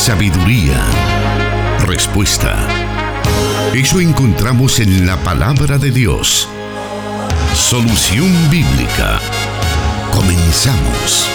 sabiduría, respuesta. Eso encontramos en la palabra de Dios. Solución Bíblica. Comenzamos.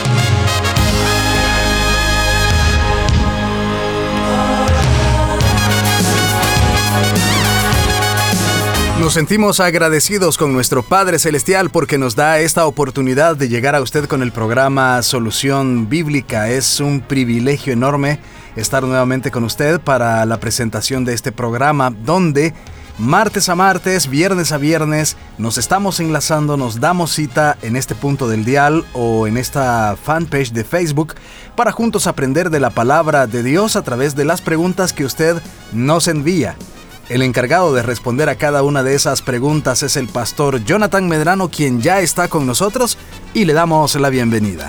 Nos sentimos agradecidos con nuestro Padre Celestial porque nos da esta oportunidad de llegar a usted con el programa Solución Bíblica. Es un privilegio enorme estar nuevamente con usted para la presentación de este programa donde martes a martes, viernes a viernes, nos estamos enlazando, nos damos cita en este punto del dial o en esta fanpage de Facebook para juntos aprender de la palabra de Dios a través de las preguntas que usted nos envía. El encargado de responder a cada una de esas preguntas es el pastor Jonathan Medrano, quien ya está con nosotros y le damos la bienvenida.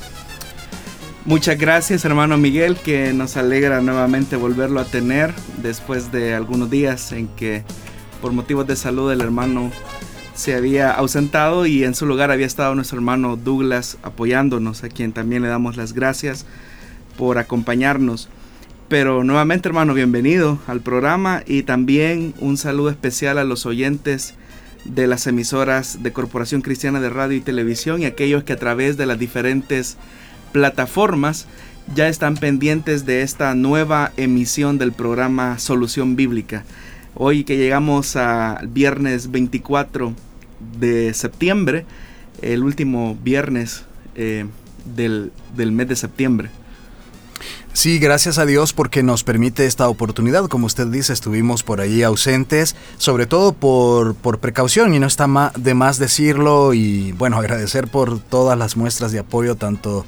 Muchas gracias, hermano Miguel, que nos alegra nuevamente volverlo a tener después de algunos días en que por motivos de salud el hermano se había ausentado y en su lugar había estado nuestro hermano Douglas apoyándonos, a quien también le damos las gracias por acompañarnos. Pero nuevamente, hermano, bienvenido al programa y también un saludo especial a los oyentes de las emisoras de Corporación Cristiana de Radio y Televisión y aquellos que a través de las diferentes plataformas ya están pendientes de esta nueva emisión del programa Solución Bíblica. Hoy que llegamos al viernes 24 de septiembre, el último viernes del mes de septiembre. Sí, gracias a Dios porque nos permite esta oportunidad. Como usted dice, estuvimos por ahí ausentes, sobre todo por precaución y no está de más decirlo y bueno, agradecer por todas las muestras de apoyo tanto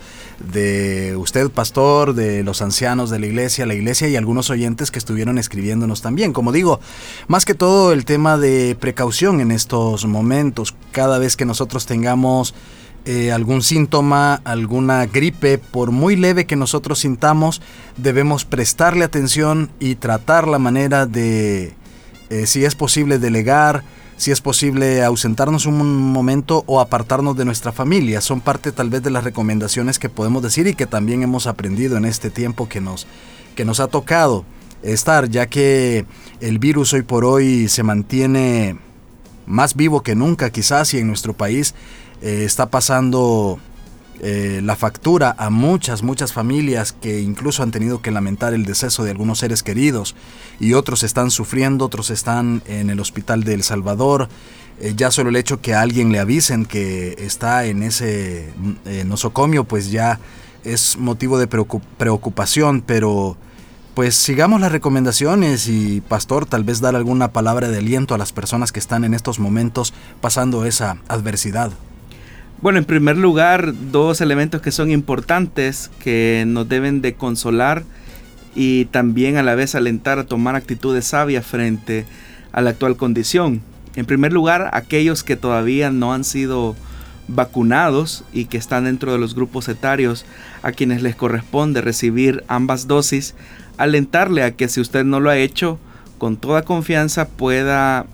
de usted, pastor, de los ancianos de la iglesia y algunos oyentes que estuvieron escribiéndonos también. Como digo, más que todo el tema de precaución en estos momentos, cada vez que nosotros tengamos algún síntoma, alguna gripe, por muy leve que nosotros sintamos, debemos prestarle atención y tratar la manera de, si es posible, delegar, si es posible ausentarnos un momento o apartarnos de nuestra familia. Son parte tal vez de las recomendaciones que podemos decir y que también hemos aprendido en este tiempo que nos ha tocado estar, ya que el virus hoy por hoy se mantiene más vivo que nunca quizás y en nuestro país está pasando la factura a muchas familias que incluso han tenido que lamentar el deceso de algunos seres queridos y otros están sufriendo, otros están en el hospital de El Salvador. Ya solo el hecho que a alguien le avisen que está en ese nosocomio pues ya es motivo de preocupación, pero pues sigamos las recomendaciones y pastor, tal vez dar alguna palabra de aliento a las personas que están en estos momentos pasando esa adversidad. Bueno, en primer lugar, dos elementos que son importantes que nos deben de consolar y también a la vez alentar a tomar actitudes sabias frente a la actual condición. En primer lugar, aquellos que todavía no han sido vacunados y que están dentro de los grupos etarios a quienes les corresponde recibir ambas dosis, alentarle a que si usted no lo ha hecho, con toda confianza pueda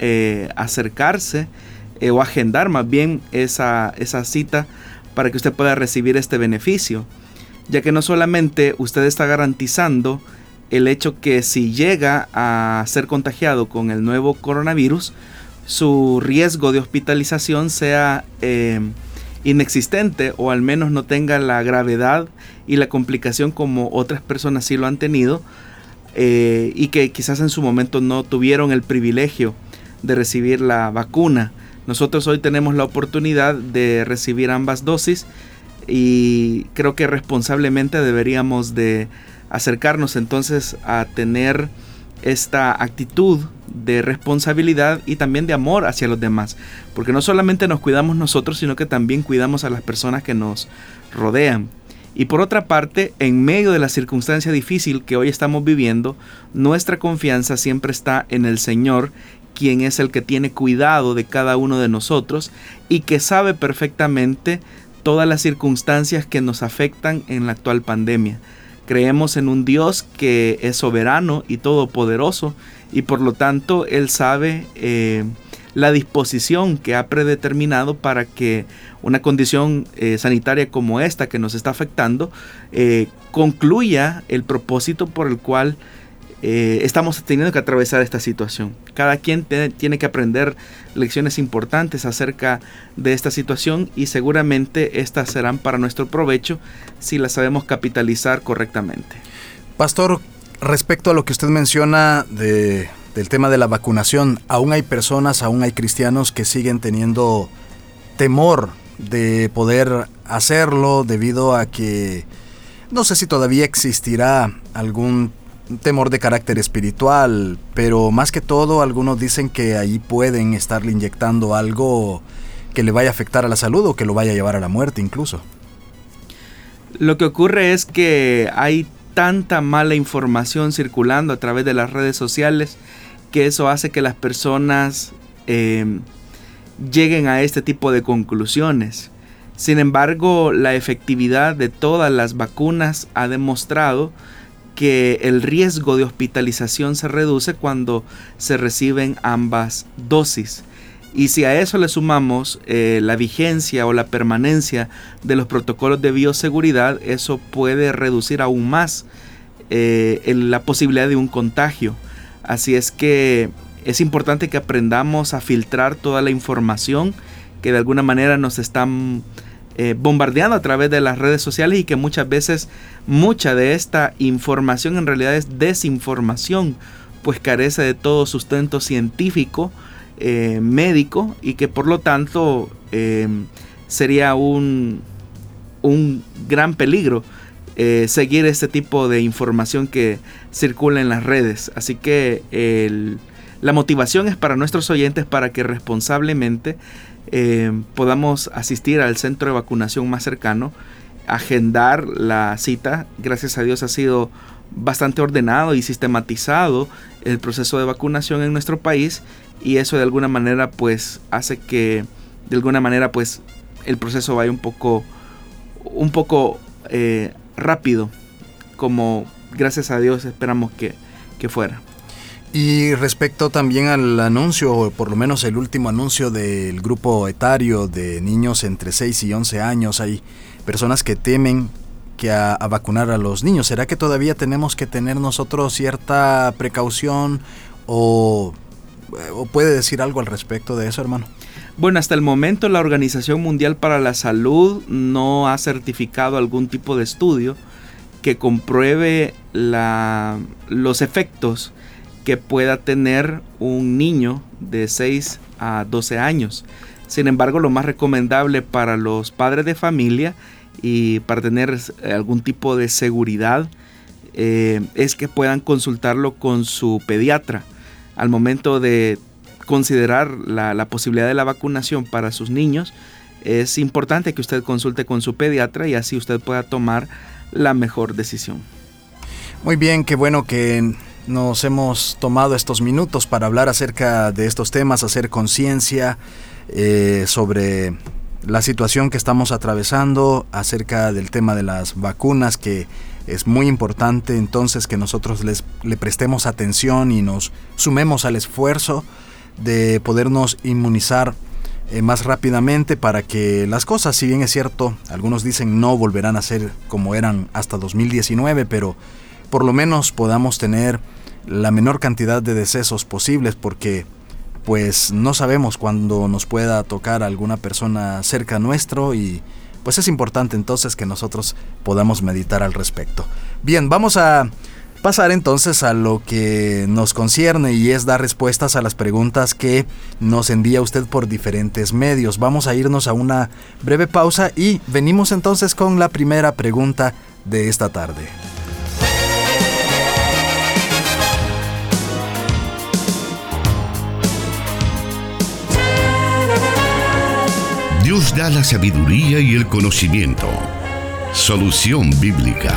acercarse o agendar más bien esa cita para que usted pueda recibir este beneficio, ya que no solamente usted está garantizando el hecho que si llega a ser contagiado con el nuevo coronavirus, su riesgo de hospitalización sea inexistente o al menos no tenga la gravedad y la complicación como otras personas sí lo han tenido y que quizás en su momento no tuvieron el privilegio de recibir la vacuna. Nosotros hoy tenemos la oportunidad de recibir ambas dosis y creo que responsablemente deberíamos de acercarnos entonces a tener esta actitud de responsabilidad y también de amor hacia los demás, porque no solamente nos cuidamos nosotros, sino que también cuidamos a las personas que nos rodean. Y por otra parte, en medio de la circunstancia difícil que hoy estamos viviendo, nuestra confianza siempre está en el Señor, quien es el que tiene cuidado de cada uno de nosotros y que sabe perfectamente todas las circunstancias que nos afectan en la actual pandemia. Creemos en un Dios que es soberano y todopoderoso y por lo tanto Él sabe la disposición que ha predeterminado para que una condición sanitaria como esta que nos está afectando concluya el propósito por el cual estamos teniendo que atravesar esta situación. Cada quien tiene que aprender lecciones importantes acerca de esta situación y seguramente estas serán para nuestro provecho si las sabemos capitalizar correctamente. Pastor, respecto a lo que usted menciona del tema de la vacunación, aún hay personas, aún hay cristianos que siguen teniendo temor de poder hacerlo debido a que no sé si todavía existirá algún temor de carácter espiritual, pero más que todo algunos dicen que ahí pueden estarle inyectando algo que le vaya a afectar a la salud o que lo vaya a llevar a la muerte incluso. Lo que ocurre es que hay tanta mala información circulando a través de las redes sociales que eso hace que las personas lleguen a este tipo de conclusiones. Sin embargo, la efectividad de todas las vacunas ha demostrado que el riesgo de hospitalización se reduce cuando se reciben ambas dosis. Y si a eso le sumamos la vigencia o la permanencia de los protocolos de bioseguridad, eso puede reducir aún más la posibilidad de un contagio. Así es que es importante que aprendamos a filtrar toda la información que de alguna manera nos están bombardeando a través de las redes sociales y que muchas veces mucha de esta información en realidad es desinformación, pues carece de todo sustento científico, médico, y que por lo tanto sería un gran peligro seguir este tipo de información que circula en las redes. Así que la motivación es para nuestros oyentes para que responsablemente podamos asistir al centro de vacunación más cercano, agendar la cita. Gracias a Dios ha sido bastante ordenado y sistematizado el proceso de vacunación en nuestro país, y eso de alguna manera pues hace que pues el proceso vaya un poco rápido, como gracias a Dios esperamos que fuera. Y respecto también al anuncio, o por lo menos el último anuncio del grupo etario de niños entre 6 y 11 años, hay personas que temen que a vacunar a los niños. ¿Será que todavía tenemos que tener nosotros cierta precaución o puede decir algo al respecto de eso, hermano? Bueno, hasta el momento la Organización Mundial para la Salud no ha certificado algún tipo de estudio que compruebe los efectos que pueda tener un niño de 6 a 12 años. Sin embargo, lo más recomendable para los padres de familia y para tener algún tipo de seguridad es que puedan consultarlo con su pediatra. Al momento de considerar la posibilidad de la vacunación para sus niños, es importante que usted consulte con su pediatra y así usted pueda tomar la mejor decisión. Muy bien, qué bueno que nos hemos tomado estos minutos para hablar acerca de estos temas, hacer conciencia sobre la situación que estamos atravesando, acerca del tema de las vacunas, que es muy importante entonces que nosotros le prestemos atención y nos sumemos al esfuerzo de podernos inmunizar más rápidamente para que las cosas, si bien es cierto, algunos dicen no volverán a ser como eran hasta 2019, pero por lo menos podamos tener la menor cantidad de decesos posibles, porque pues no sabemos cuándo nos pueda tocar a alguna persona cerca nuestro, y pues es importante entonces que nosotros podamos meditar al respecto. Bien, vamos a pasar entonces a lo que nos concierne, y es dar respuestas a las preguntas que nos envía usted por diferentes medios. Vamos a irnos a una breve pausa y venimos entonces con la primera pregunta de esta tarde. Dios da la sabiduría y el conocimiento. Solución bíblica.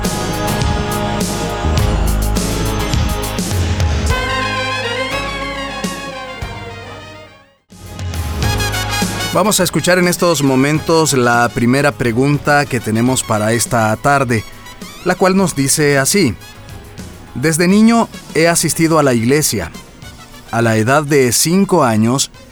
Vamos a escuchar en estos momentos la primera pregunta que tenemos para esta tarde, la cual nos dice así: desde niño he asistido a la iglesia. A la edad de 5 años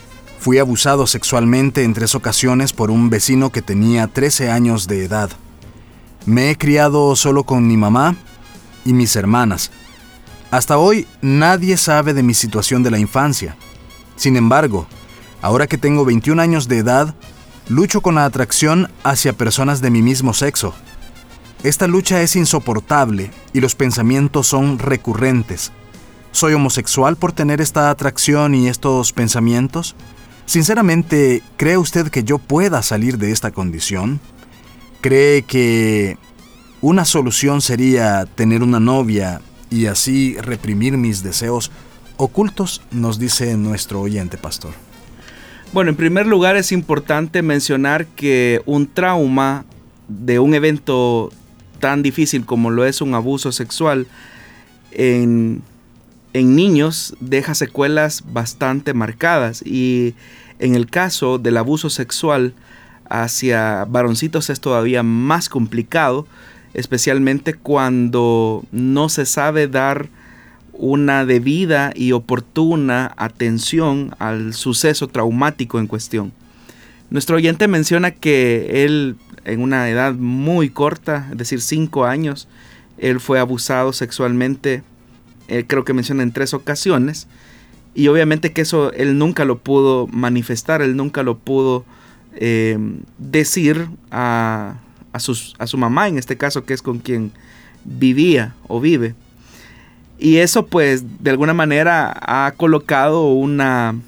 Fui abusado sexualmente en 3 ocasiones por un vecino que tenía 13 años de edad. Me he criado solo con mi mamá y mis hermanas. Hasta hoy nadie sabe de mi situación de la infancia. Sin embargo, ahora que tengo 21 años de edad, lucho con la atracción hacia personas de mi mismo sexo. Esta lucha es insoportable y los pensamientos son recurrentes. ¿Soy homosexual por tener esta atracción y estos pensamientos? Sinceramente, ¿cree usted que yo pueda salir de esta condición? ¿Cree que una solución sería tener una novia y así reprimir mis deseos ocultos? Nos dice nuestro oyente, pastor. Bueno, en primer lugar es importante mencionar que un trauma de un evento tan difícil como lo es un abuso sexual en niños deja secuelas bastante marcadas, y en el caso del abuso sexual hacia varoncitos es todavía más complicado, especialmente cuando no se sabe dar una debida y oportuna atención al suceso traumático en cuestión. Nuestro oyente menciona que él, en una edad muy corta, es decir, 5 años, él fue abusado sexualmente, creo que menciona en 3 ocasiones, y obviamente que eso él nunca lo pudo manifestar, él nunca lo pudo decir a su mamá, en este caso, que es con quien vivía o vive. Y eso pues de alguna manera ha colocado un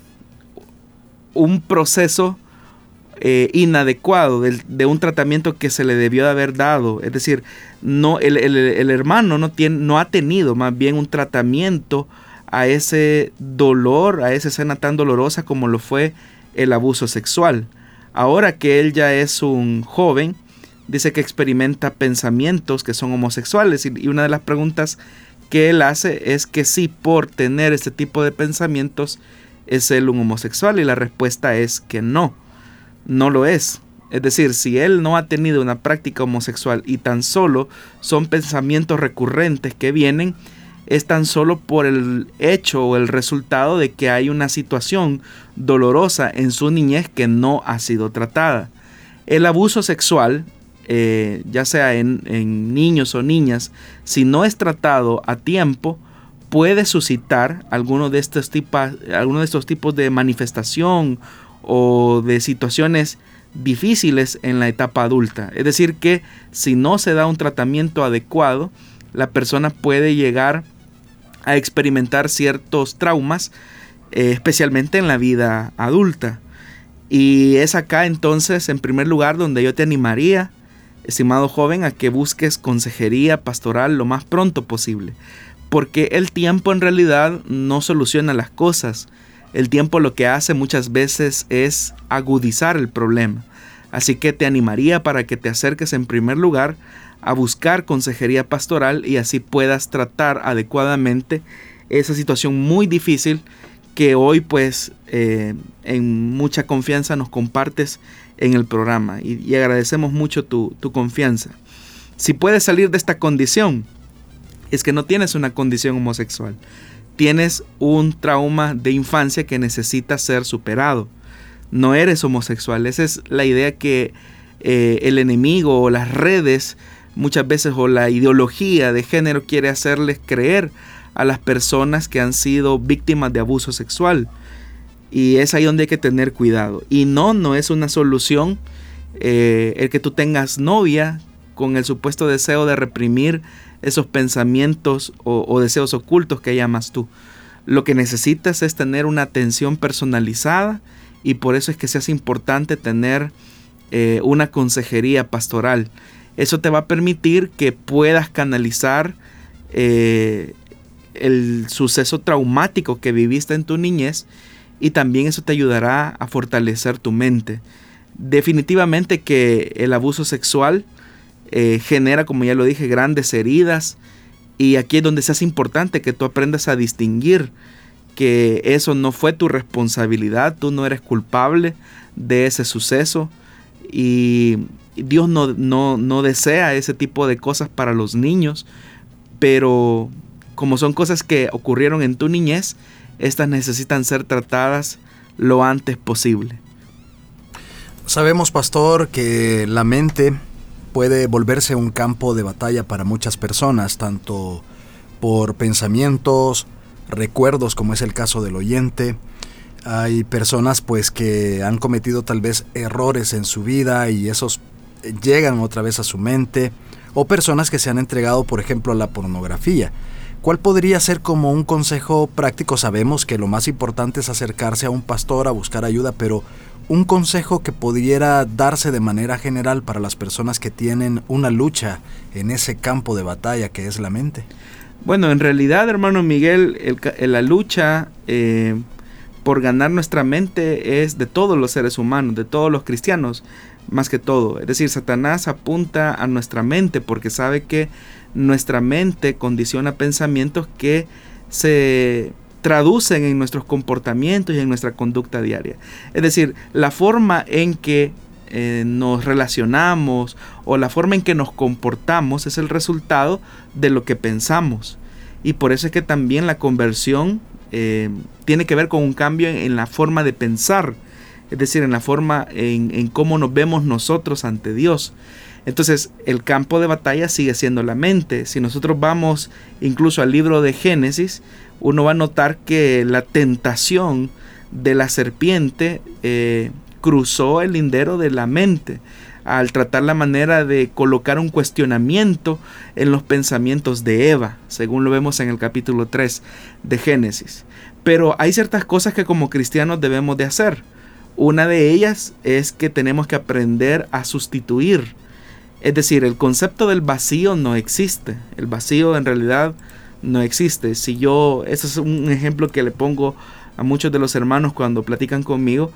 proceso inadecuado de un tratamiento que se le debió de haber dado. Es decir, no, el hermano no ha tenido más bien un tratamiento a ese dolor, a esa escena tan dolorosa como lo fue el abuso sexual. Ahora que él ya es un joven, dice que experimenta pensamientos que son homosexuales, y una de las preguntas que él hace es que si por tener este tipo de pensamientos es él un homosexual, y la respuesta es que no lo es. Es decir, si él no ha tenido una práctica homosexual y tan solo son pensamientos recurrentes que vienen, es tan solo por el hecho o el resultado de que hay una situación dolorosa en su niñez que no ha sido tratada. El abuso sexual, ya sea en niños o niñas, si no es tratado a tiempo, puede suscitar alguno de estos tipos de manifestación o de situaciones difíciles en la etapa adulta. Es decir, que si no se da un tratamiento adecuado, la persona puede llegar a experimentar ciertos traumas, especialmente en la vida adulta. Y es acá entonces, en primer lugar, donde yo te animaría, estimado joven, a que busques consejería pastoral lo más pronto posible, porque el tiempo en realidad no soluciona las cosas. El tiempo lo que hace muchas veces es agudizar el problema. Así que te animaría para que te acerques en primer lugar a buscar consejería pastoral y así puedas tratar adecuadamente esa situación muy difícil que hoy pues en mucha confianza nos compartes en el programa, y agradecemos mucho tu confianza. Si puedes salir de esta condición, es que no tienes una condición homosexual, tienes un trauma de infancia que necesita ser superado. No eres homosexual. Esa es la idea que el enemigo o las redes muchas veces, o la ideología de género, quiere hacerles creer a las personas que han sido víctimas de abuso sexual. Y es ahí donde hay que tener cuidado. Y no es una solución el que tú tengas novia con el supuesto deseo de reprimir esos pensamientos o deseos ocultos que llamas tú. Lo que necesitas es tener una atención personalizada, y por eso es que se hace importante tener una consejería pastoral. Eso te va a permitir que puedas canalizar el suceso traumático que viviste en tu niñez, y también eso te ayudará a fortalecer tu mente. Definitivamente que el abuso sexual genera, como ya lo dije, grandes heridas, y aquí es donde se hace importante que tú aprendas a distinguir que eso no fue tu responsabilidad, tú no eres culpable de ese suceso, y Dios no desea ese tipo de cosas para los niños, pero como son cosas que ocurrieron en tu niñez, estas necesitan ser tratadas lo antes posible. Sabemos, pastor, que la mente puede volverse un campo de batalla para muchas personas, tanto por pensamientos, recuerdos, como es el caso del oyente. Hay personas pues que han cometido tal vez errores en su vida y esos llegan otra vez a su mente, o personas que se han entregado, por ejemplo, a la pornografía. ¿Cuál podría ser como un consejo práctico? Sabemos que lo más importante es acercarse a un pastor a buscar ayuda, pero un consejo que pudiera darse de manera general para las personas que tienen una lucha en ese campo de batalla que es la mente. Bueno, en realidad, hermano Miguel, la lucha por ganar nuestra mente es de todos los seres humanos, de todos los cristianos, más que todo. Es decir, Satanás apunta a nuestra mente porque sabe que nuestra mente condiciona pensamientos que se traducen en nuestros comportamientos y en nuestra conducta diaria. Es decir, la forma en que nos relacionamos o la forma en que nos comportamos es el resultado de lo que pensamos. Y por eso es que también la conversión tiene que ver con un cambio en la forma de pensar, es decir, en la forma en cómo nos vemos nosotros ante Dios. Entonces, el campo de batalla sigue siendo la mente. Si nosotros vamos incluso al libro de Génesis, uno va a notar que la tentación de la serpiente cruzó el lindero de la mente al tratar la manera de colocar un cuestionamiento en los pensamientos de Eva, según lo vemos en el capítulo 3 de Génesis. Pero hay ciertas cosas que como cristianos debemos de hacer. Una de ellas es que tenemos que aprender a sustituir. Es decir, el concepto del vacío no existe. El vacío en realidad no existe. Ese es un ejemplo que le pongo a muchos de los hermanos cuando platican conmigo.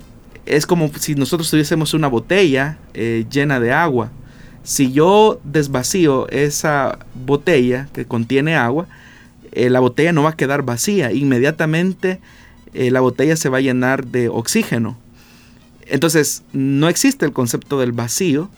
Es como si nosotros tuviésemos una botella llena de agua. Si yo desvacío esa botella que contiene agua, la botella no va a quedar vacía. Inmediatamente la botella se va a llenar de oxígeno. Entonces no existe el concepto del vacío.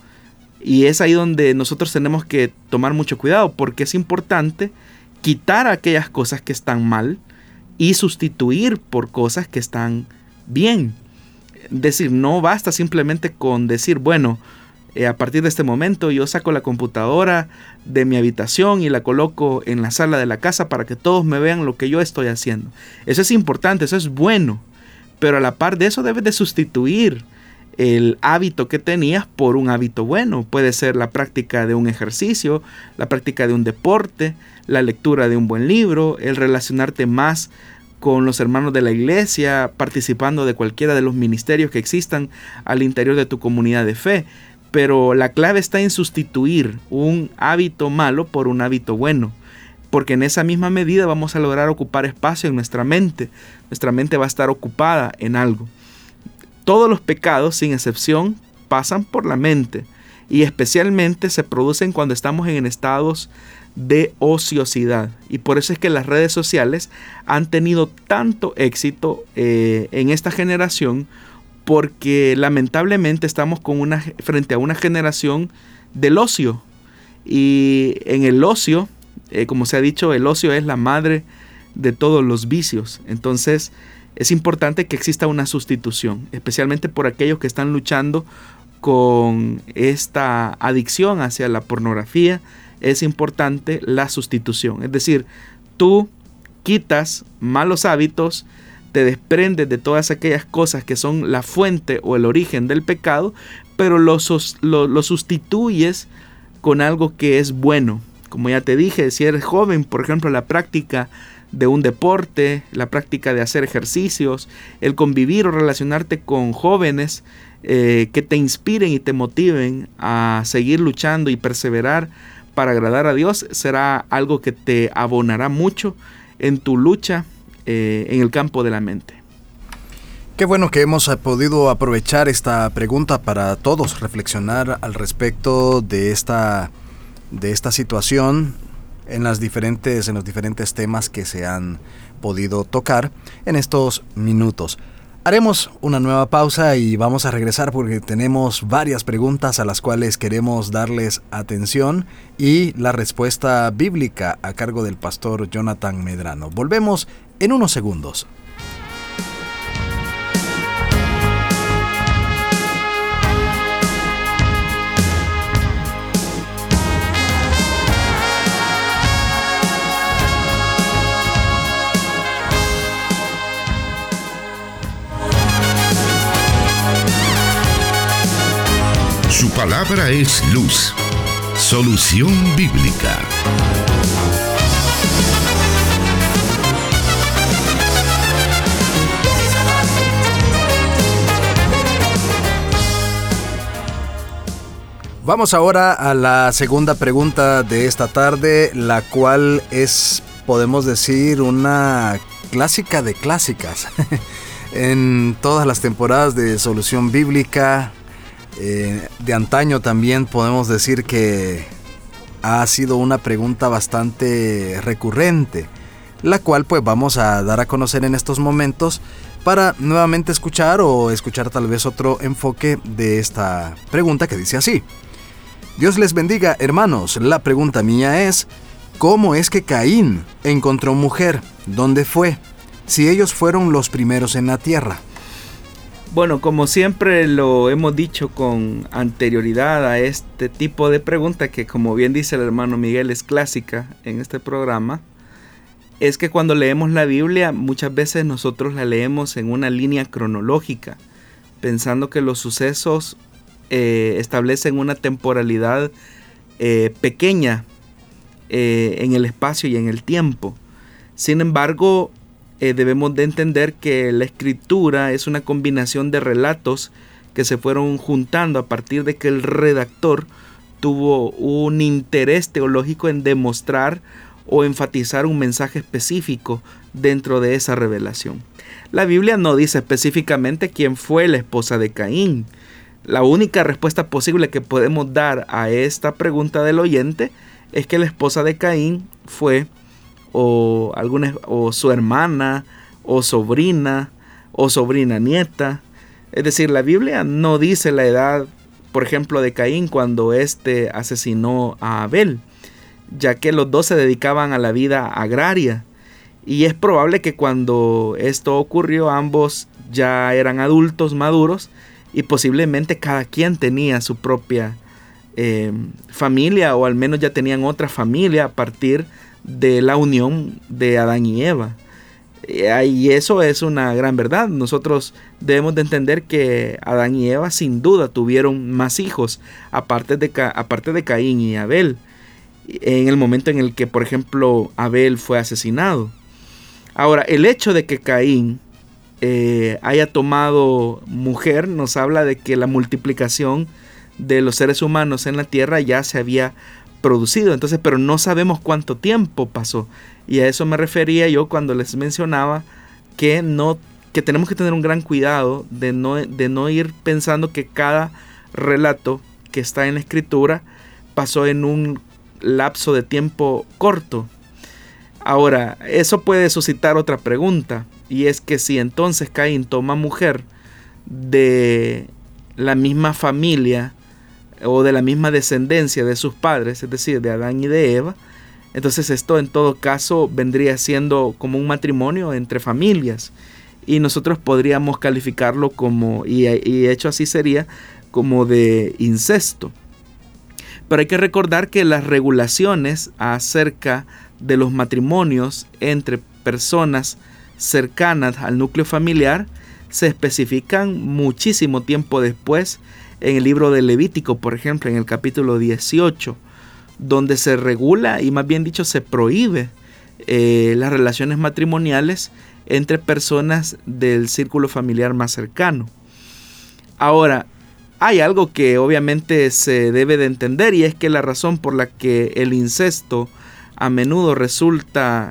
Y es ahí donde nosotros tenemos que tomar mucho cuidado, porque es importante quitar aquellas cosas que están mal y sustituir por cosas que están bien. Es decir, no basta simplemente con decir, bueno, a partir de este momento yo saco la computadora de mi habitación y la coloco en la sala de la casa para que todos me vean lo que yo estoy haciendo. Eso es importante, eso es bueno, pero a la par de eso debes de sustituir el hábito que tenías por un hábito bueno. Puede ser la práctica de un ejercicio, la práctica de un deporte, la lectura de un buen libro, el relacionarte más con los hermanos de la iglesia, participando de cualquiera de los ministerios que existan al interior de tu comunidad de fe. Pero la clave está en sustituir un hábito malo por un hábito bueno, porque en esa misma medida vamos a lograr ocupar espacio en nuestra mente. Nuestra mente va a estar ocupada en algo. Todos los pecados, sin excepción, pasan por la mente y especialmente se producen cuando estamos en estados de ociosidad. Y por eso es que las redes sociales han tenido tanto éxito en esta generación, porque lamentablemente estamos frente a una generación del ocio. Y en el ocio, como se ha dicho, el ocio es la madre de todos los vicios. Entonces es importante que exista una sustitución, especialmente por aquellos que están luchando con esta adicción hacia la pornografía. Es importante la sustitución. Es decir, tú quitas malos hábitos, te desprendes de todas aquellas cosas que son la fuente o el origen del pecado, pero lo sustituyes con algo que es bueno. Como ya te dije, si eres joven, por ejemplo, la práctica de un deporte, la práctica de hacer ejercicios, el convivir o relacionarte con jóvenes que te inspiren y te motiven a seguir luchando y perseverar para agradar a Dios, será algo que te abonará mucho en tu lucha en el campo de la mente. Qué bueno que hemos podido aprovechar esta pregunta para todos reflexionar al respecto de esta situación en los diferentes temas que se han podido tocar en estos minutos. Haremos una nueva pausa y vamos a regresar porque tenemos varias preguntas a las cuales queremos darles atención y la respuesta bíblica a cargo del pastor Jonathan Medrano. Volvemos en unos segundos. palabra es luz. Solución Bíblica. Vamos ahora a la segunda pregunta de esta tarde, la cual es, podemos decir, una clásica de clásicas. En todas las temporadas de Solución Bíblica, de antaño también podemos decir que ha sido una pregunta bastante recurrente, la cual pues vamos a dar a conocer en estos momentos para nuevamente escuchar tal vez otro enfoque de esta pregunta que dice así. Dios les bendiga, hermanos. La pregunta mía es, ¿cómo es que Caín encontró mujer? ¿Dónde fue? Si ellos fueron los primeros en la tierra. Bueno, como siempre lo hemos dicho con anterioridad a este tipo de pregunta, que como bien dice el hermano Miguel es clásica en este programa, es que cuando leemos la Biblia muchas veces nosotros la leemos en una línea cronológica, pensando que los sucesos establecen una temporalidad pequeña en el espacio y en el tiempo. Sin embargo, debemos de entender que la escritura es una combinación de relatos que se fueron juntando a partir de que el redactor tuvo un interés teológico en demostrar o enfatizar un mensaje específico dentro de esa revelación. La Biblia no dice específicamente quién fue la esposa de Caín. La única respuesta posible que podemos dar a esta pregunta del oyente es que la esposa de Caín fue o su hermana o sobrina nieta. Es decir, la Biblia no dice la edad, por ejemplo, de Caín cuando éste asesinó a Abel, ya que los dos se dedicaban a la vida agraria. Y es probable que cuando esto ocurrió ambos ya eran adultos maduros y posiblemente cada quien tenía su propia familia, o al menos ya tenían otra familia a partir de la unión de Adán y Eva. Y eso es una gran verdad. Nosotros debemos de entender que Adán y Eva sin duda tuvieron más hijos, aparte de Caín y Abel, en el momento en el que, por ejemplo, Abel fue asesinado. Ahora, el hecho de que Caín haya tomado mujer nos habla de que la multiplicación de los seres humanos en la tierra ya se había producido. Entonces, pero no sabemos cuánto tiempo pasó, y a eso me refería yo cuando les mencionaba que tenemos que tener un gran cuidado de no ir pensando que cada relato que está en la escritura pasó en un lapso de tiempo corto. Ahora, eso puede suscitar otra pregunta, y es que si entonces Caín toma mujer de la misma familia o de la misma descendencia de sus padres, es decir, de Adán y de Eva, entonces esto en todo caso vendría siendo como un matrimonio entre familias, y nosotros podríamos calificarlo como, y hecho así sería, como de incesto. Pero hay que recordar que las regulaciones acerca de los matrimonios entre personas cercanas al núcleo familiar se especifican muchísimo tiempo después en el libro de Levítico, por ejemplo, en el capítulo 18, donde se regula, y más bien dicho se prohíbe las relaciones matrimoniales entre personas del círculo familiar más cercano. Ahora, hay algo que obviamente se debe de entender, y es que la razón por la que el incesto a menudo resulta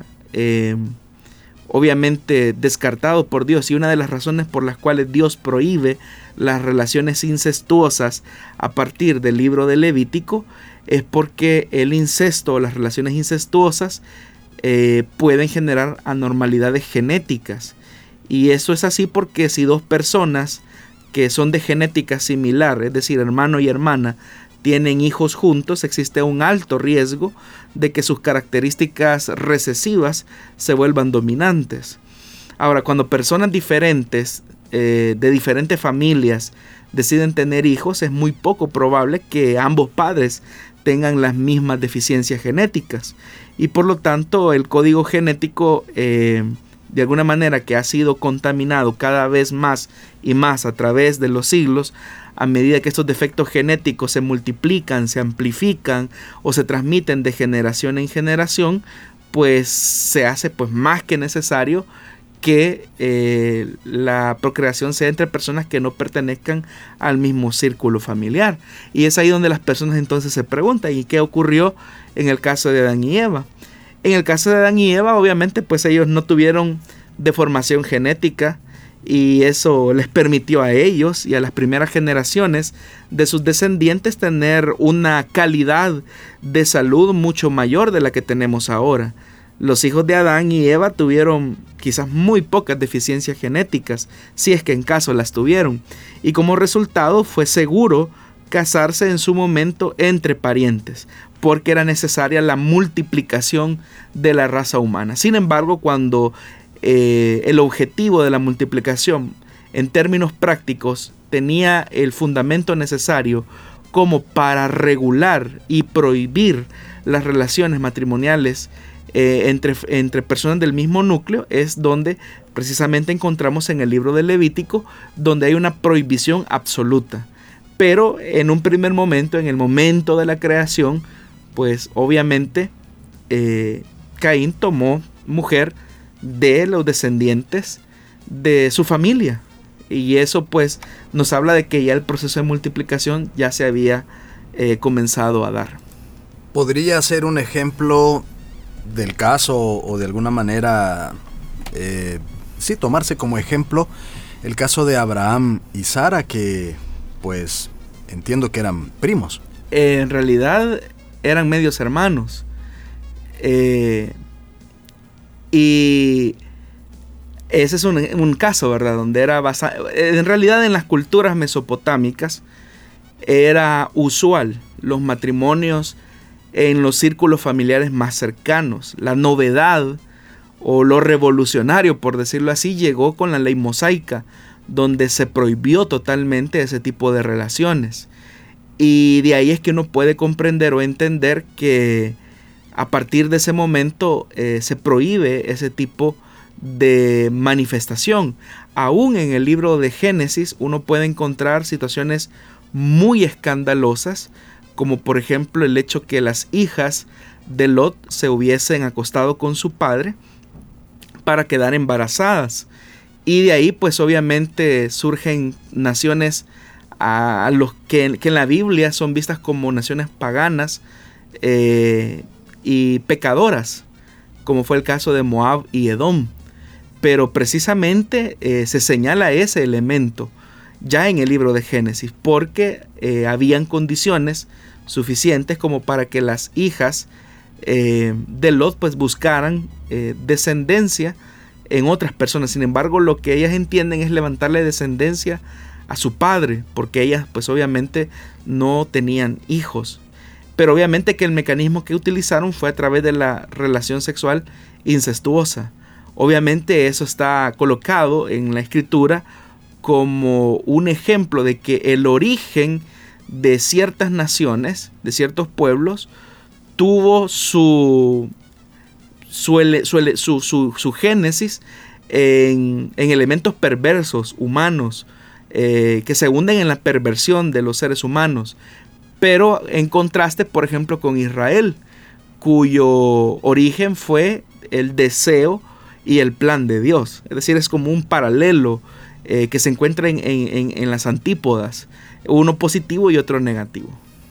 obviamente descartado por Dios, y una de las razones por las cuales Dios prohíbe las relaciones incestuosas a partir del libro de Levítico, es porque el incesto o las relaciones incestuosas pueden generar anormalidades genéticas. Y eso es así porque si dos personas que son de genética similar, es decir, hermano y hermana, tienen hijos juntos, existe un alto riesgo de que sus características recesivas se vuelvan dominantes. Ahora, cuando personas diferentes, de diferentes familias, deciden tener hijos, es muy poco probable que ambos padres tengan las mismas deficiencias genéticas, y por lo tanto el código genético de alguna manera que ha sido contaminado cada vez más y más a través de los siglos, a medida que estos defectos genéticos se multiplican, se amplifican o se transmiten de generación en generación, pues se hace pues más que necesario que la procreación sea entre personas que no pertenezcan al mismo círculo familiar. Y es ahí donde las personas entonces se preguntan, ¿y qué ocurrió en el caso de Adán y Eva? En el caso de Adán y Eva, obviamente, pues ellos no tuvieron deformación genética, y eso les permitió a ellos y a las primeras generaciones de sus descendientes tener una calidad de salud mucho mayor de la que tenemos ahora. Los hijos de Adán y Eva tuvieron quizás muy pocas deficiencias genéticas, si es que en caso las tuvieron, y como resultado fue seguro casarse en su momento entre parientes, porque era necesaria la multiplicación de la raza humana. Sin embargo, cuando el objetivo de la multiplicación en términos prácticos tenía el fundamento necesario como para regular y prohibir las relaciones matrimoniales entre personas del mismo núcleo, es donde precisamente encontramos en el libro del Levítico, donde hay una prohibición absoluta. Pero en un primer momento, en el momento de la creación, pues obviamente Caín tomó mujer de los descendientes de su familia, y eso pues nos habla de que ya el proceso de multiplicación ya se había comenzado a dar. ¿Podría ser un ejemplo del caso, o de alguna manera sí tomarse como ejemplo el caso de Abraham y Sara, que pues entiendo que eran primos? En realidad eran medios hermanos, y ese es un caso, ¿verdad? Donde era basado, en realidad en las culturas mesopotámicas era usual los matrimonios en los círculos familiares más cercanos. La novedad o lo revolucionario, por decirlo así, llegó con la ley mosaica, donde se prohibió totalmente ese tipo de relaciones. Y de ahí es que uno puede comprender o entender que a partir de ese momento se prohíbe ese tipo de manifestación. Aún en el libro de Génesis uno puede encontrar situaciones muy escandalosas, como por ejemplo el hecho que las hijas de Lot se hubiesen acostado con su padre para quedar embarazadas. Y de ahí pues obviamente surgen naciones a los que en la Biblia son vistas como naciones paganas y pecadoras, como fue el caso de Moab y Edom. Pero precisamente se señala ese elemento ya en el libro de Génesis, porque habían condiciones suficientes como para que las hijas de Lot pues buscaran descendencia en otras personas. Sin embargo, lo que ellas entienden es levantarle descendencia a su padre, porque ellas pues obviamente no tenían hijos. Pero obviamente que el mecanismo que utilizaron fue a través de la relación sexual incestuosa. Obviamente eso está colocado en la escritura como un ejemplo de que el origen de ciertas naciones, de ciertos pueblos, tuvo su génesis en elementos perversos, humanos, que se hunden en la perversión de los seres humanos. Pero en contraste, por ejemplo, con Israel, cuyo origen fue el deseo y el plan de Dios. Es decir, es como un paralelo que se encuentra en las antípodas, uno positivo y otro negativo.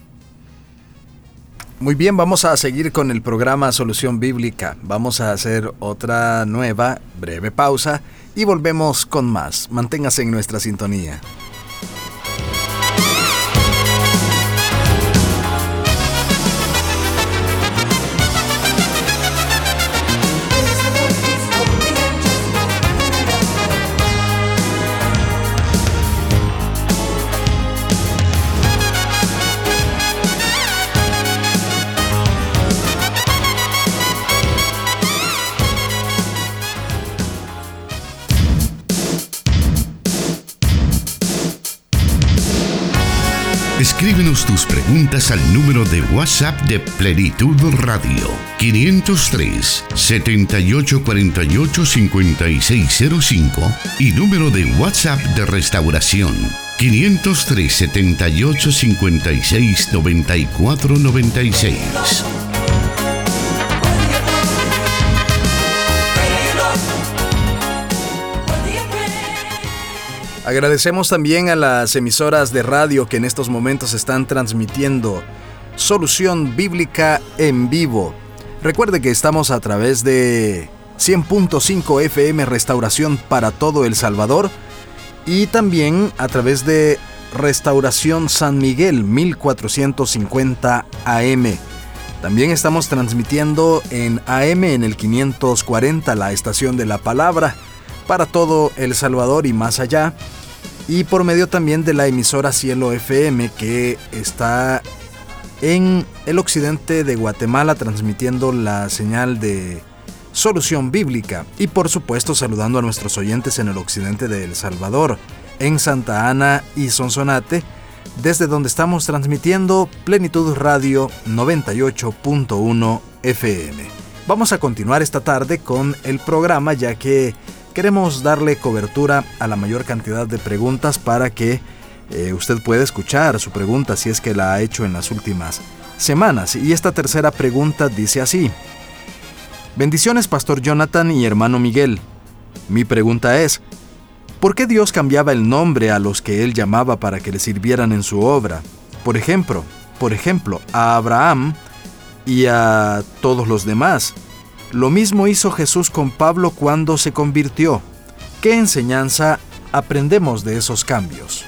Muy bien, vamos a seguir con el programa Solución Bíblica. Vamos a hacer otra nueva, breve pausa y volvemos con más. Manténgase en nuestra sintonía. Escríbenos tus preguntas al número de WhatsApp de Plenitud Radio, 503-7848-5605, y número de WhatsApp de Restauración, 503 78 56 94 96. Agradecemos también a las emisoras de radio que en estos momentos están transmitiendo Solución Bíblica en vivo. Recuerde que estamos a través de 100.5 FM Restauración para todo El Salvador y también a través de Restauración San Miguel 1450 AM. También estamos transmitiendo en AM en el 540, la estación de la palabra, para todo El Salvador y más allá, y por medio también de la emisora Cielo FM, que está en el occidente de Guatemala transmitiendo la señal de Solución Bíblica, y por supuesto saludando a nuestros oyentes en el occidente de El Salvador, en Santa Ana y Sonsonate, desde donde estamos transmitiendo Plenitud Radio 98.1 FM. Vamos a continuar esta tarde con el programa, ya que queremos darle cobertura a la mayor cantidad de preguntas para que usted pueda escuchar su pregunta si es que la ha hecho en las últimas semanas. Y esta tercera pregunta dice así: bendiciones, Pastor Jonathan y hermano Miguel. Mi pregunta es, ¿por qué Dios cambiaba el nombre a los que Él llamaba para que le sirvieran en su obra? Por ejemplo, a Abraham y a todos los demás. Lo mismo hizo Jesús con Pablo cuando se convirtió. ¿Qué enseñanza aprendemos de esos cambios?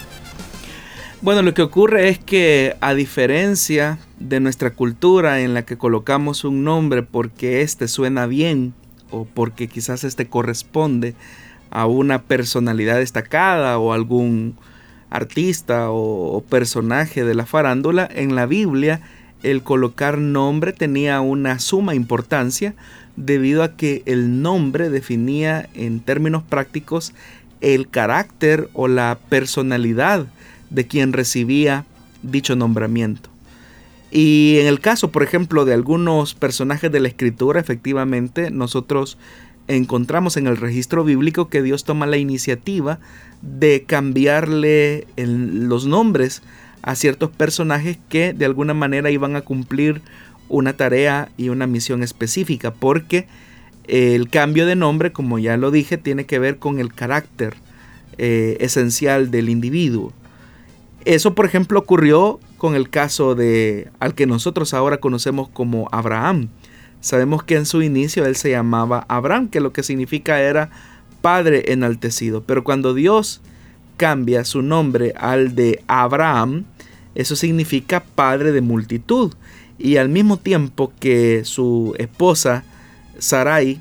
Bueno, lo que ocurre es que, a diferencia de nuestra cultura en la que colocamos un nombre porque éste suena bien o porque quizás éste corresponde a una personalidad destacada o algún artista o personaje de la farándula, en la Biblia el colocar nombre tenía una suma importancia debido a que el nombre definía en términos prácticos el carácter o la personalidad de quien recibía dicho nombramiento. Y en el caso, por ejemplo, de algunos personajes de la Escritura, efectivamente, nosotros encontramos en el registro bíblico que Dios toma la iniciativa de cambiarle los nombres a ciertos personajes que de alguna manera iban a cumplir una tarea y una misión específica, porque el cambio de nombre, como ya lo dije, tiene que ver con el carácter esencial del individuo. Eso, por ejemplo, ocurrió con el caso de al que nosotros ahora conocemos como Abraham. Sabemos que en su inicio él se llamaba Abraham, que lo que significa era Padre enaltecido. Pero cuando Dios cambia su nombre al de Abraham, eso significa Padre de multitud. Y al mismo tiempo que su esposa Sarai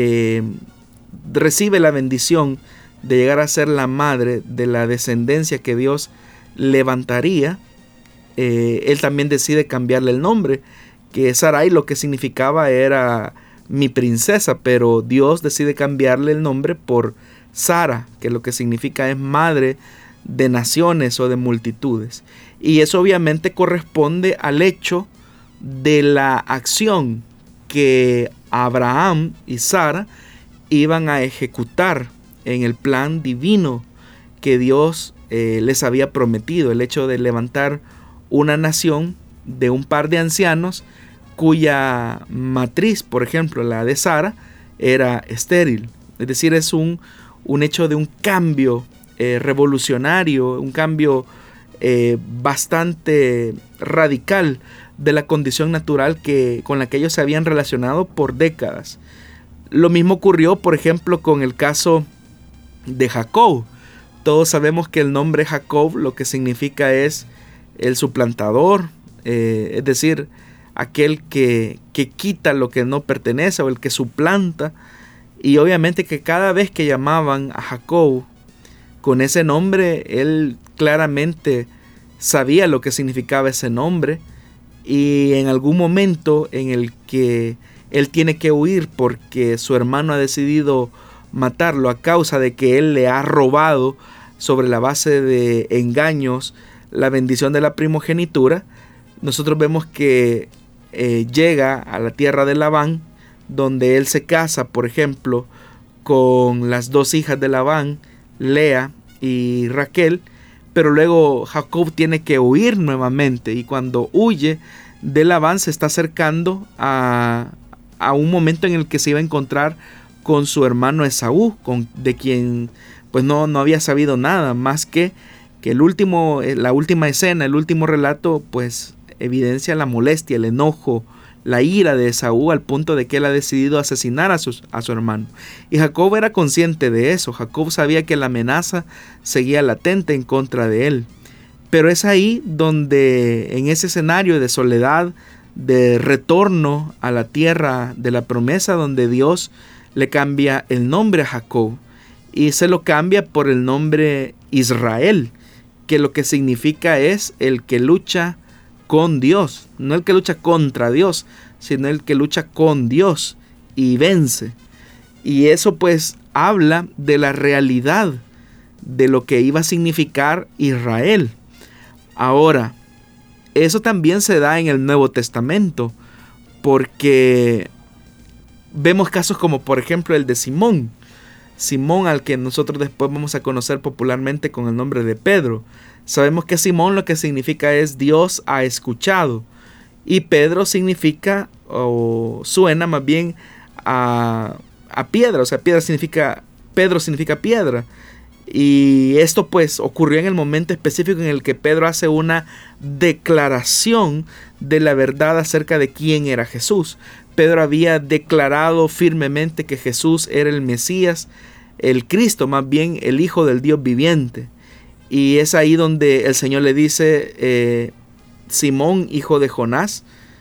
recibe la bendición de llegar a ser la madre de la descendencia que Dios levantaría, él también decide cambiarle el nombre, que Sarai lo que significaba era mi princesa, pero Dios decide cambiarle el nombre por Sara, que lo que significa es madre de naciones o de multitudes. Y eso obviamente corresponde al hecho de la acción que Abraham y Sara iban a ejecutar en el plan divino que Dios les había prometido, el hecho de levantar una nación de un par de ancianos cuya matriz, por ejemplo, la de Sara, era estéril. Es decir, es un hecho de un cambio revolucionario, un cambio bastante radical de la condición natural con la que ellos se habían relacionado por décadas. Lo mismo ocurrió, por ejemplo, con el caso de Jacob. Todos sabemos que el nombre Jacob lo que significa es el suplantador, es decir, aquel que quita lo que no pertenece o el que suplanta. Y obviamente que cada vez que llamaban a Jacob con ese nombre, él claramente sabía lo que significaba ese nombre. Y en algún momento en el que él tiene que huir porque su hermano ha decidido matarlo a causa de que él le ha robado sobre la base de engaños la bendición de la primogenitura, nosotros vemos que llega a la tierra de Labán, donde él se casa, por ejemplo, con las dos hijas de Labán, Lea y Raquel, pero luego Jacob tiene que huir nuevamente, y cuando huye de Labán se está acercando a un momento en el que se iba a encontrar con su hermano Esaú, de quien pues no había sabido nada, más que la última escena, el último relato, pues evidencia la molestia, el enojo, la ira de Esaú, al punto de que él ha decidido asesinar a su hermano. Y Jacob era consciente de eso. Jacob sabía que la amenaza seguía latente en contra de él. Pero es ahí donde, en ese escenario de soledad, de retorno a la tierra de la promesa, donde Dios le cambia el nombre a Jacob y se lo cambia por el nombre Israel, que lo que significa es el que lucha con Dios, no el que lucha contra Dios, sino el que lucha con Dios y vence. Y eso pues habla de la realidad de lo que iba a significar Israel. Ahora, eso también se da en el Nuevo Testamento, porque vemos casos como por ejemplo el de Simón, al que nosotros después vamos a conocer popularmente con el nombre de Pedro. Sabemos que Simón lo que significa es Dios ha escuchado, y Pedro significa, o suena más bien a piedra, o sea, Pedro significa piedra. Y esto pues ocurrió en el momento específico en el que Pedro hace una declaración de la verdad acerca de quién era Jesús. Pedro había declarado firmemente que Jesús era el Mesías, el Cristo, más bien el Hijo del Dios viviente. Y es ahí donde el Señor le dice, Simón, hijo de Jonás,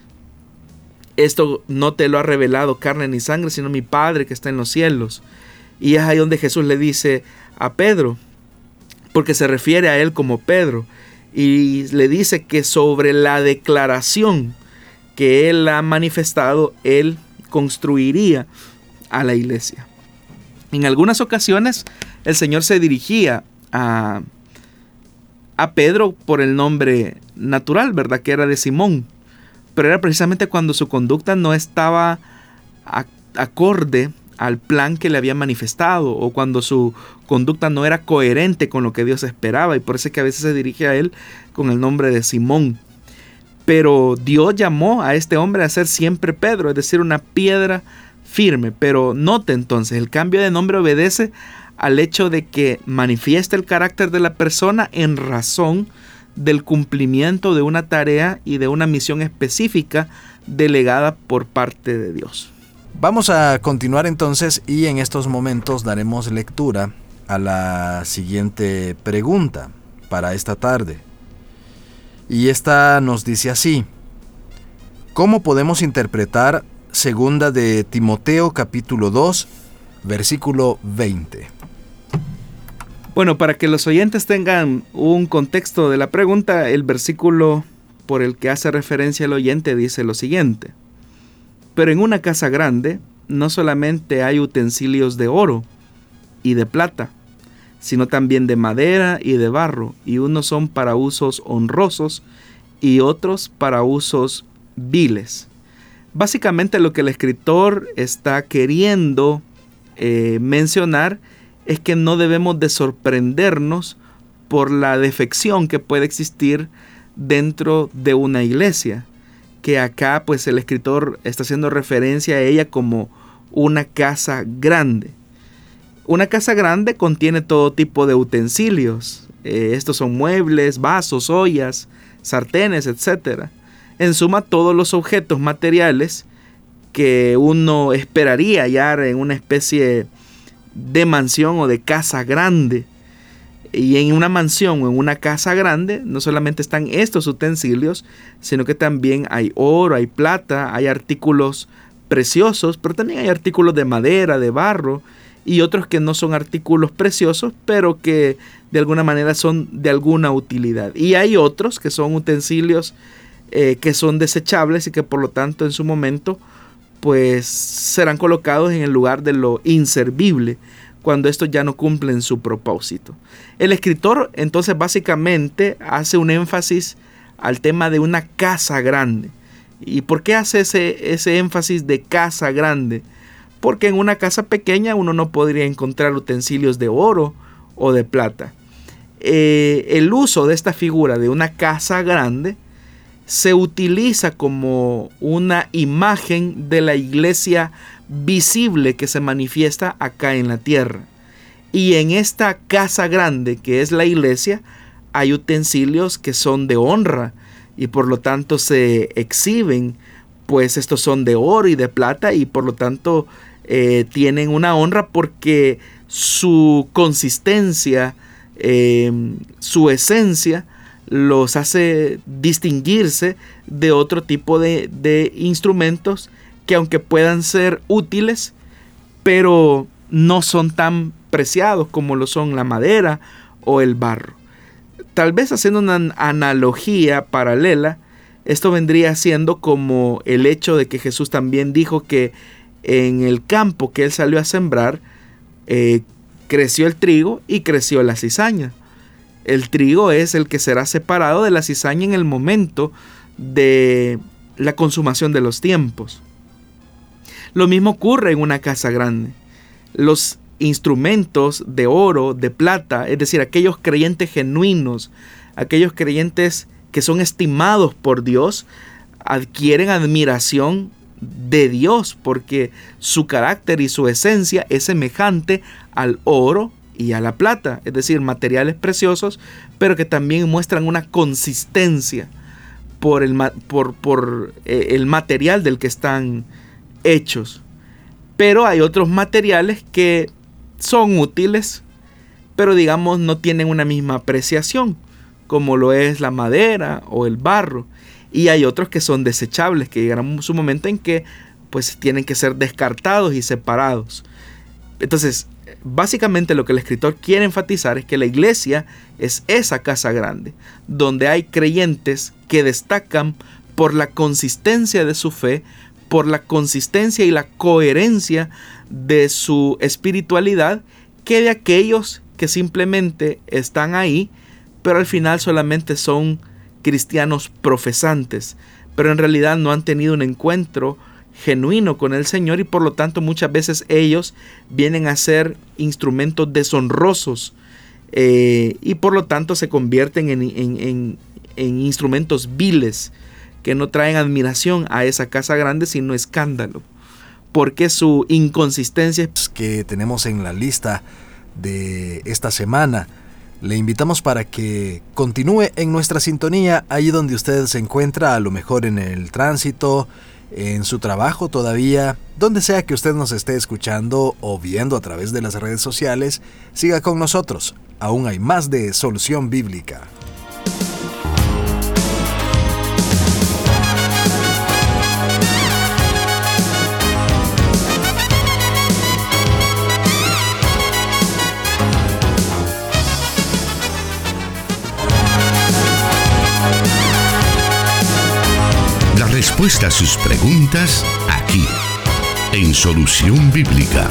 esto no te lo ha revelado carne ni sangre, sino mi Padre que está en los cielos. Y es ahí donde Jesús le dice a Pedro, porque se refiere a él como Pedro, y le dice que sobre la declaración que él ha manifestado, él construiría a la iglesia. En algunas ocasiones el Señor se dirigía a Pedro por el nombre natural, ¿verdad? Que era de Simón, pero era precisamente cuando su conducta no estaba acorde al plan que le había manifestado, o cuando su conducta no era coherente con lo que Dios esperaba, y por eso es que a veces se dirige a él con el nombre de Simón. Pero Dios llamó a este hombre a ser siempre Pedro, es decir, una piedra firme. Pero note entonces, el cambio de nombre obedece al hecho de que manifiesta el carácter de la persona en razón del cumplimiento de una tarea y de una misión específica delegada por parte de Dios. Vamos a continuar entonces, y en estos momentos daremos lectura a la siguiente pregunta para esta tarde. Y esta nos dice así: ¿cómo podemos interpretar 2 de Timoteo capítulo 2, versículo 20? Bueno, para que los oyentes tengan un contexto de la pregunta, el versículo por el que hace referencia el oyente dice lo siguiente: pero en una casa grande no solamente hay utensilios de oro y de plata, sino también de madera y de barro, y unos son para usos honrosos y otros para usos viles. Básicamente lo que el escritor está queriendo mencionar es que no debemos de sorprendernos por la defección que puede existir dentro de una iglesia, que acá pues el escritor está haciendo referencia a ella como una casa grande. Una casa grande contiene todo tipo de utensilios. Estos son muebles, vasos, ollas, sartenes, etc. En suma, todos los objetos materiales que uno esperaría hallar en una especie de mansión o de casa grande. Y en una mansión o en una casa grande no solamente están estos utensilios, sino que también hay oro, hay plata, hay artículos preciosos, pero también hay artículos de madera, de barro, y otros que no son artículos preciosos, pero que de alguna manera son de alguna utilidad. Y hay otros que son utensilios que son desechables y que por lo tanto en su momento pues serán colocados en el lugar de lo inservible, cuando estos ya no cumplen su propósito. El escritor entonces básicamente hace un énfasis al tema de una casa grande. ¿Y por qué hace ese énfasis de casa grande? Porque en una casa pequeña uno no podría encontrar utensilios de oro o de plata. el uso de esta figura de una casa grande se utiliza como una imagen de la iglesia visible que se manifiesta acá en la tierra. Y en esta casa grande que es la iglesia hay utensilios que son de honra y por lo tanto se exhiben, pues estos son de oro y de plata y por lo tanto tienen una honra porque su consistencia, su esencia los hace distinguirse de otro tipo de instrumentos que aunque puedan ser útiles, pero no son tan preciados como lo son la madera o el barro. Tal vez haciendo una analogía paralela, esto vendría siendo como el hecho de que Jesús también dijo que en el campo que él salió a sembrar, creció el trigo y creció la cizaña. El trigo es el que será separado de la cizaña en el momento de la consumación de los tiempos. Lo mismo ocurre en una casa grande. Los instrumentos de oro, de plata, es decir, aquellos creyentes genuinos, aquellos creyentes que son estimados por Dios, adquieren admiración de Dios porque su carácter y su esencia es semejante al oro y a la plata, es decir, materiales preciosos, pero que también muestran una consistencia por el material del que están hechos. Pero hay otros materiales que son útiles, pero digamos no tienen una misma apreciación, como lo es la madera o el barro. Y hay otros que son desechables, que llegarán su momento en que pues tienen que ser descartados y separados. Entonces, básicamente lo que el escritor quiere enfatizar es que la iglesia es esa casa grande, donde hay creyentes que destacan por la consistencia de su fe, por la consistencia y la coherencia de su espiritualidad, que de aquellos que simplemente están ahí, pero al final solamente son cristianos profesantes, pero en realidad no han tenido un encuentro genuino con el Señor y por lo tanto muchas veces ellos vienen a ser instrumentos deshonrosos y por lo tanto se convierten en instrumentos viles que no traen admiración a esa casa grande sino escándalo, porque su inconsistencia que tenemos en la lista de esta semana. Le invitamos para que continúe en nuestra sintonía ahí donde usted se encuentra, a lo mejor en el tránsito, en su trabajo todavía, donde sea que usted nos esté escuchando o viendo a través de las redes sociales, siga con nosotros. Aún hay más de Solución Bíblica. Respuesta a sus preguntas aquí, en Solución Bíblica.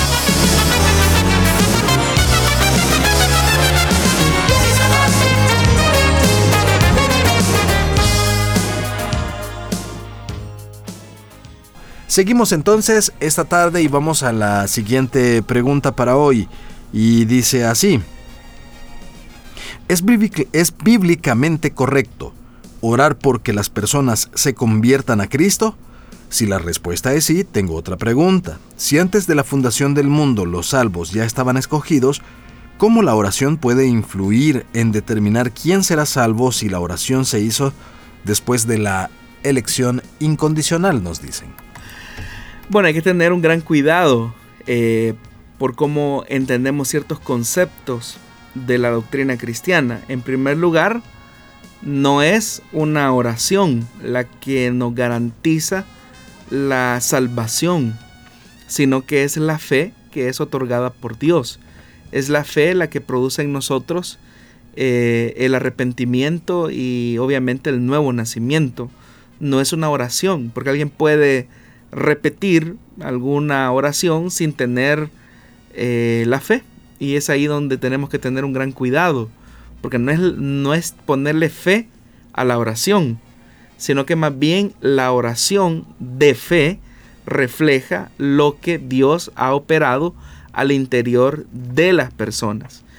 Seguimos entonces esta tarde y vamos a la siguiente pregunta para hoy. Y dice así: ¿Es bíblicamente correcto orar porque las personas se conviertan a Cristo? Si la respuesta es sí, tengo otra pregunta. Si antes de la fundación del mundo los salvos ya estaban escogidos, ¿cómo la oración puede influir en determinar quién será salvo si la oración se hizo después de la elección incondicional, nos dicen? Bueno, hay que tener un gran cuidado por cómo entendemos ciertos conceptos de la doctrina cristiana. En primer lugar, no es una oración la que nos garantiza la salvación, sino que es la fe que es otorgada por Dios. Es la fe la que produce en nosotros el arrepentimiento y obviamente el nuevo nacimiento. No es una oración, porque alguien puede repetir alguna oración sin tener la fe, y es ahí donde tenemos que tener un gran cuidado. Porque no es ponerle fe a la oración, sino que más bien la oración de fe refleja lo que Dios ha operado al interior de las personas.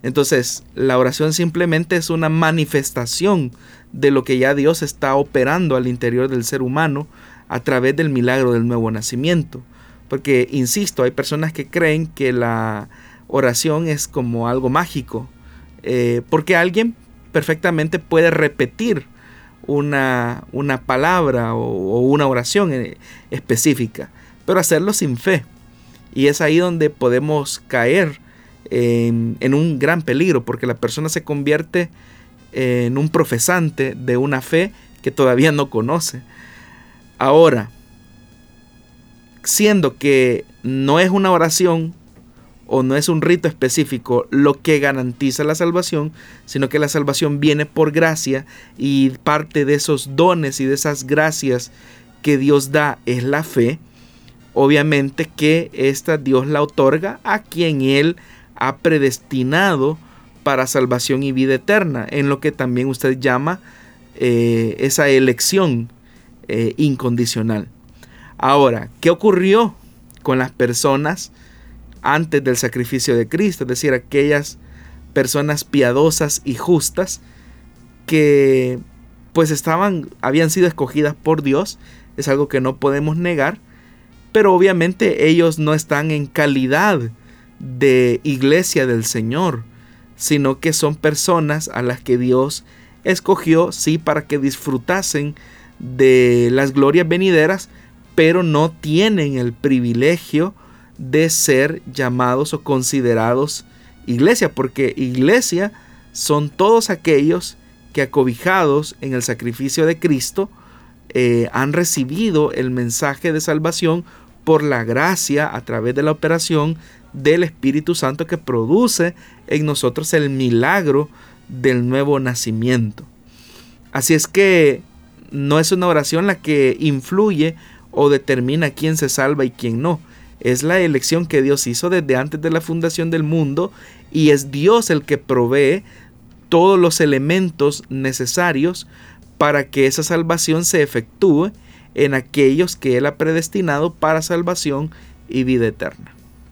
Entonces, la oración simplemente es una manifestación de lo que ya Dios está operando al interior del ser humano a través del milagro del nuevo nacimiento. Porque, insisto, hay personas que creen que la oración es como algo mágico, porque alguien perfectamente puede repetir una palabra o una oración específica, pero hacerlo sin fe. Y es ahí donde podemos caer en un gran peligro, porque la persona se convierte en un profesante de una fe que todavía no conoce. Ahora, siendo que no es una oración o no es un rito específico lo que garantiza la salvación, sino que la salvación viene por gracia, y parte de esos dones y de esas gracias que Dios da es la fe. Obviamente que esta Dios la otorga a quien Él ha predestinado para salvación y vida eterna, en lo que también usted llama esa elección incondicional. Ahora, ¿qué ocurrió con las personas antes del sacrificio de Cristo? Es decir, aquellas personas piadosas y justas que pues habían sido escogidas por Dios. Es algo que no podemos negar, pero obviamente ellos no están en calidad de iglesia del Señor, sino que son personas a las que Dios escogió, sí, para que disfrutasen de las glorias venideras, pero no tienen el privilegio de ser llamados o considerados iglesia, porque iglesia son todos aquellos que, acobijados en el sacrificio de Cristo, han recibido el mensaje de salvación por la gracia a través de la operación del Espíritu Santo, que produce en nosotros el milagro del nuevo nacimiento. Así es que no es una oración la que influye o determina quién se salva y quién no. Es la elección que Dios hizo desde antes de la fundación del mundo, y es Dios el que provee todos los elementos necesarios para que esa salvación se efectúe en aquellos que Él ha predestinado para salvación y vida eterna.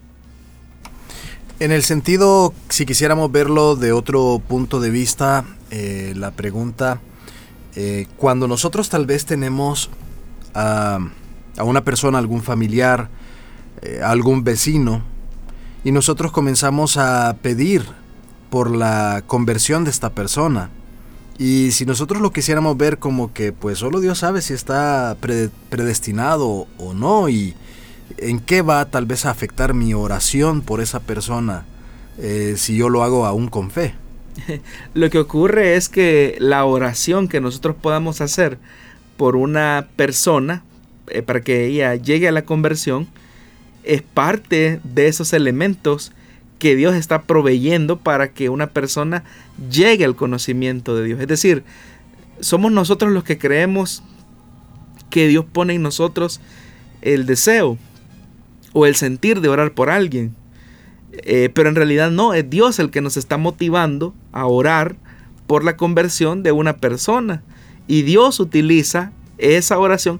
En el sentido, si quisiéramos verlo de otro punto de vista, la pregunta, cuando nosotros tal vez tenemos a una persona, algún familiar, algún vecino, y nosotros comenzamos a pedir por la conversión de esta persona, y si nosotros lo quisiéramos ver como que pues solo Dios sabe si está predestinado o no, y en qué va tal vez a afectar mi oración por esa persona, si yo lo hago aún con fe. Lo que ocurre es que la oración que nosotros podamos hacer por una persona, para que ella llegue a la conversión, es parte de esos elementos que Dios está proveyendo para que una persona llegue al conocimiento de Dios. Es decir, somos nosotros los que creemos que Dios pone en nosotros el deseo o el sentir de orar por alguien, pero en realidad no, es Dios el que nos está motivando a orar por la conversión de una persona, y Dios utiliza esa oración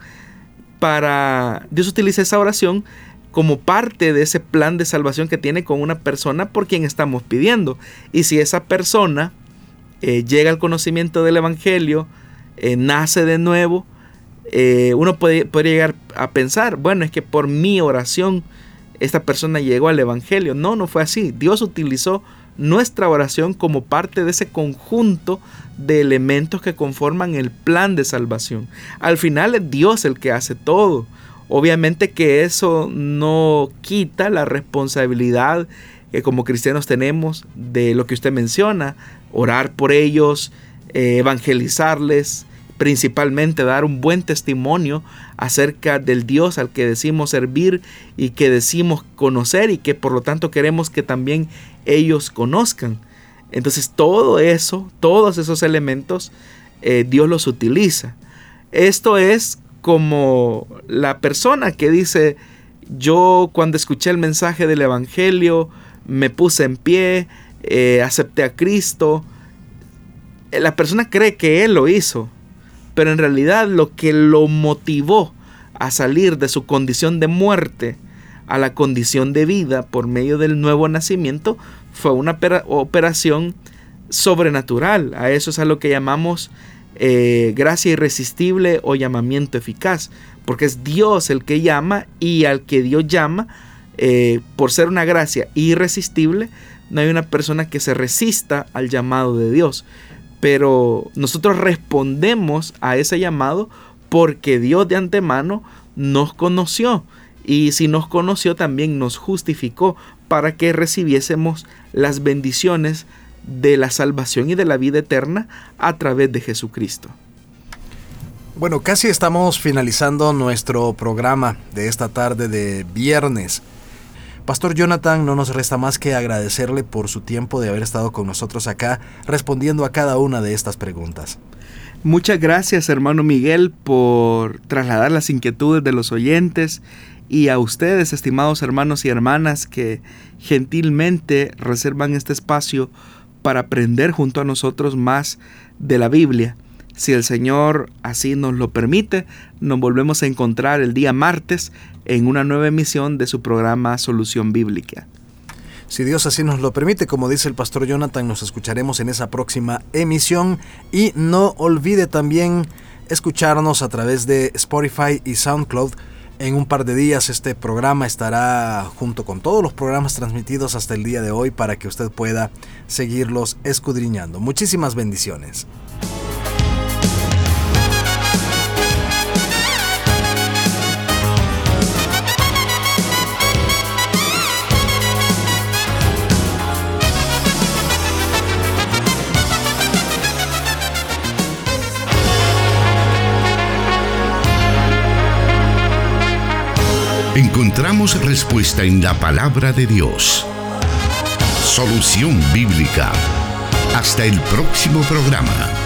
como parte de ese plan de salvación que tiene con una persona por quien estamos pidiendo. Y si esa persona llega al conocimiento del Evangelio, nace de nuevo, uno puede llegar a pensar, bueno, es que por mi oración esta persona llegó al Evangelio. No, no fue así. Dios utilizó nuestra oración como parte de ese conjunto de elementos que conforman el plan de salvación. Al final es Dios el que hace todo. Obviamente que eso no quita la responsabilidad que como cristianos tenemos de lo que usted menciona: orar por ellos, evangelizarles, principalmente dar un buen testimonio acerca del Dios al que decimos servir y que decimos conocer, y que por lo tanto queremos que también ellos conozcan. Entonces todo eso, todos esos elementos, Dios los utiliza. Esto es como la persona que dice: yo cuando escuché el mensaje del Evangelio me puse en pie, acepté a Cristo. La persona cree que él lo hizo, pero en realidad lo que lo motivó a salir de su condición de muerte a la condición de vida por medio del nuevo nacimiento fue una operación sobrenatural. A eso es a lo que llamamos gracia irresistible o llamamiento eficaz, porque es Dios el que llama, y al que Dios llama, por ser una gracia irresistible, no hay una persona que se resista al llamado de Dios. Pero nosotros respondemos a ese llamado porque Dios de antemano nos conoció, y si nos conoció también nos justificó para que recibiésemos las bendiciones de la salvación y de la vida eterna a través de Jesucristo. Bueno, casi estamos finalizando nuestro programa de esta tarde de viernes. Pastor Jonathan, no nos resta más que agradecerle por su tiempo de haber estado con nosotros acá, respondiendo a cada una de estas preguntas. Muchas gracias, hermano Miguel, por trasladar las inquietudes de los oyentes, y a ustedes, estimados hermanos y hermanas, que gentilmente reservan este espacio para aprender junto a nosotros más de la Biblia. Si el Señor así nos lo permite, nos volvemos a encontrar el día martes en una nueva emisión de su programa Solución Bíblica. Si Dios así nos lo permite, como dice el pastor Jonathan, nos escucharemos en esa próxima emisión, y no olvide también escucharnos a través de Spotify y SoundCloud. En un par de días este programa estará junto con todos los programas transmitidos hasta el día de hoy para que usted pueda seguirlos escudriñando. Muchísimas bendiciones. Encontramos respuesta en la palabra de Dios. Solución Bíblica. Hasta el próximo programa.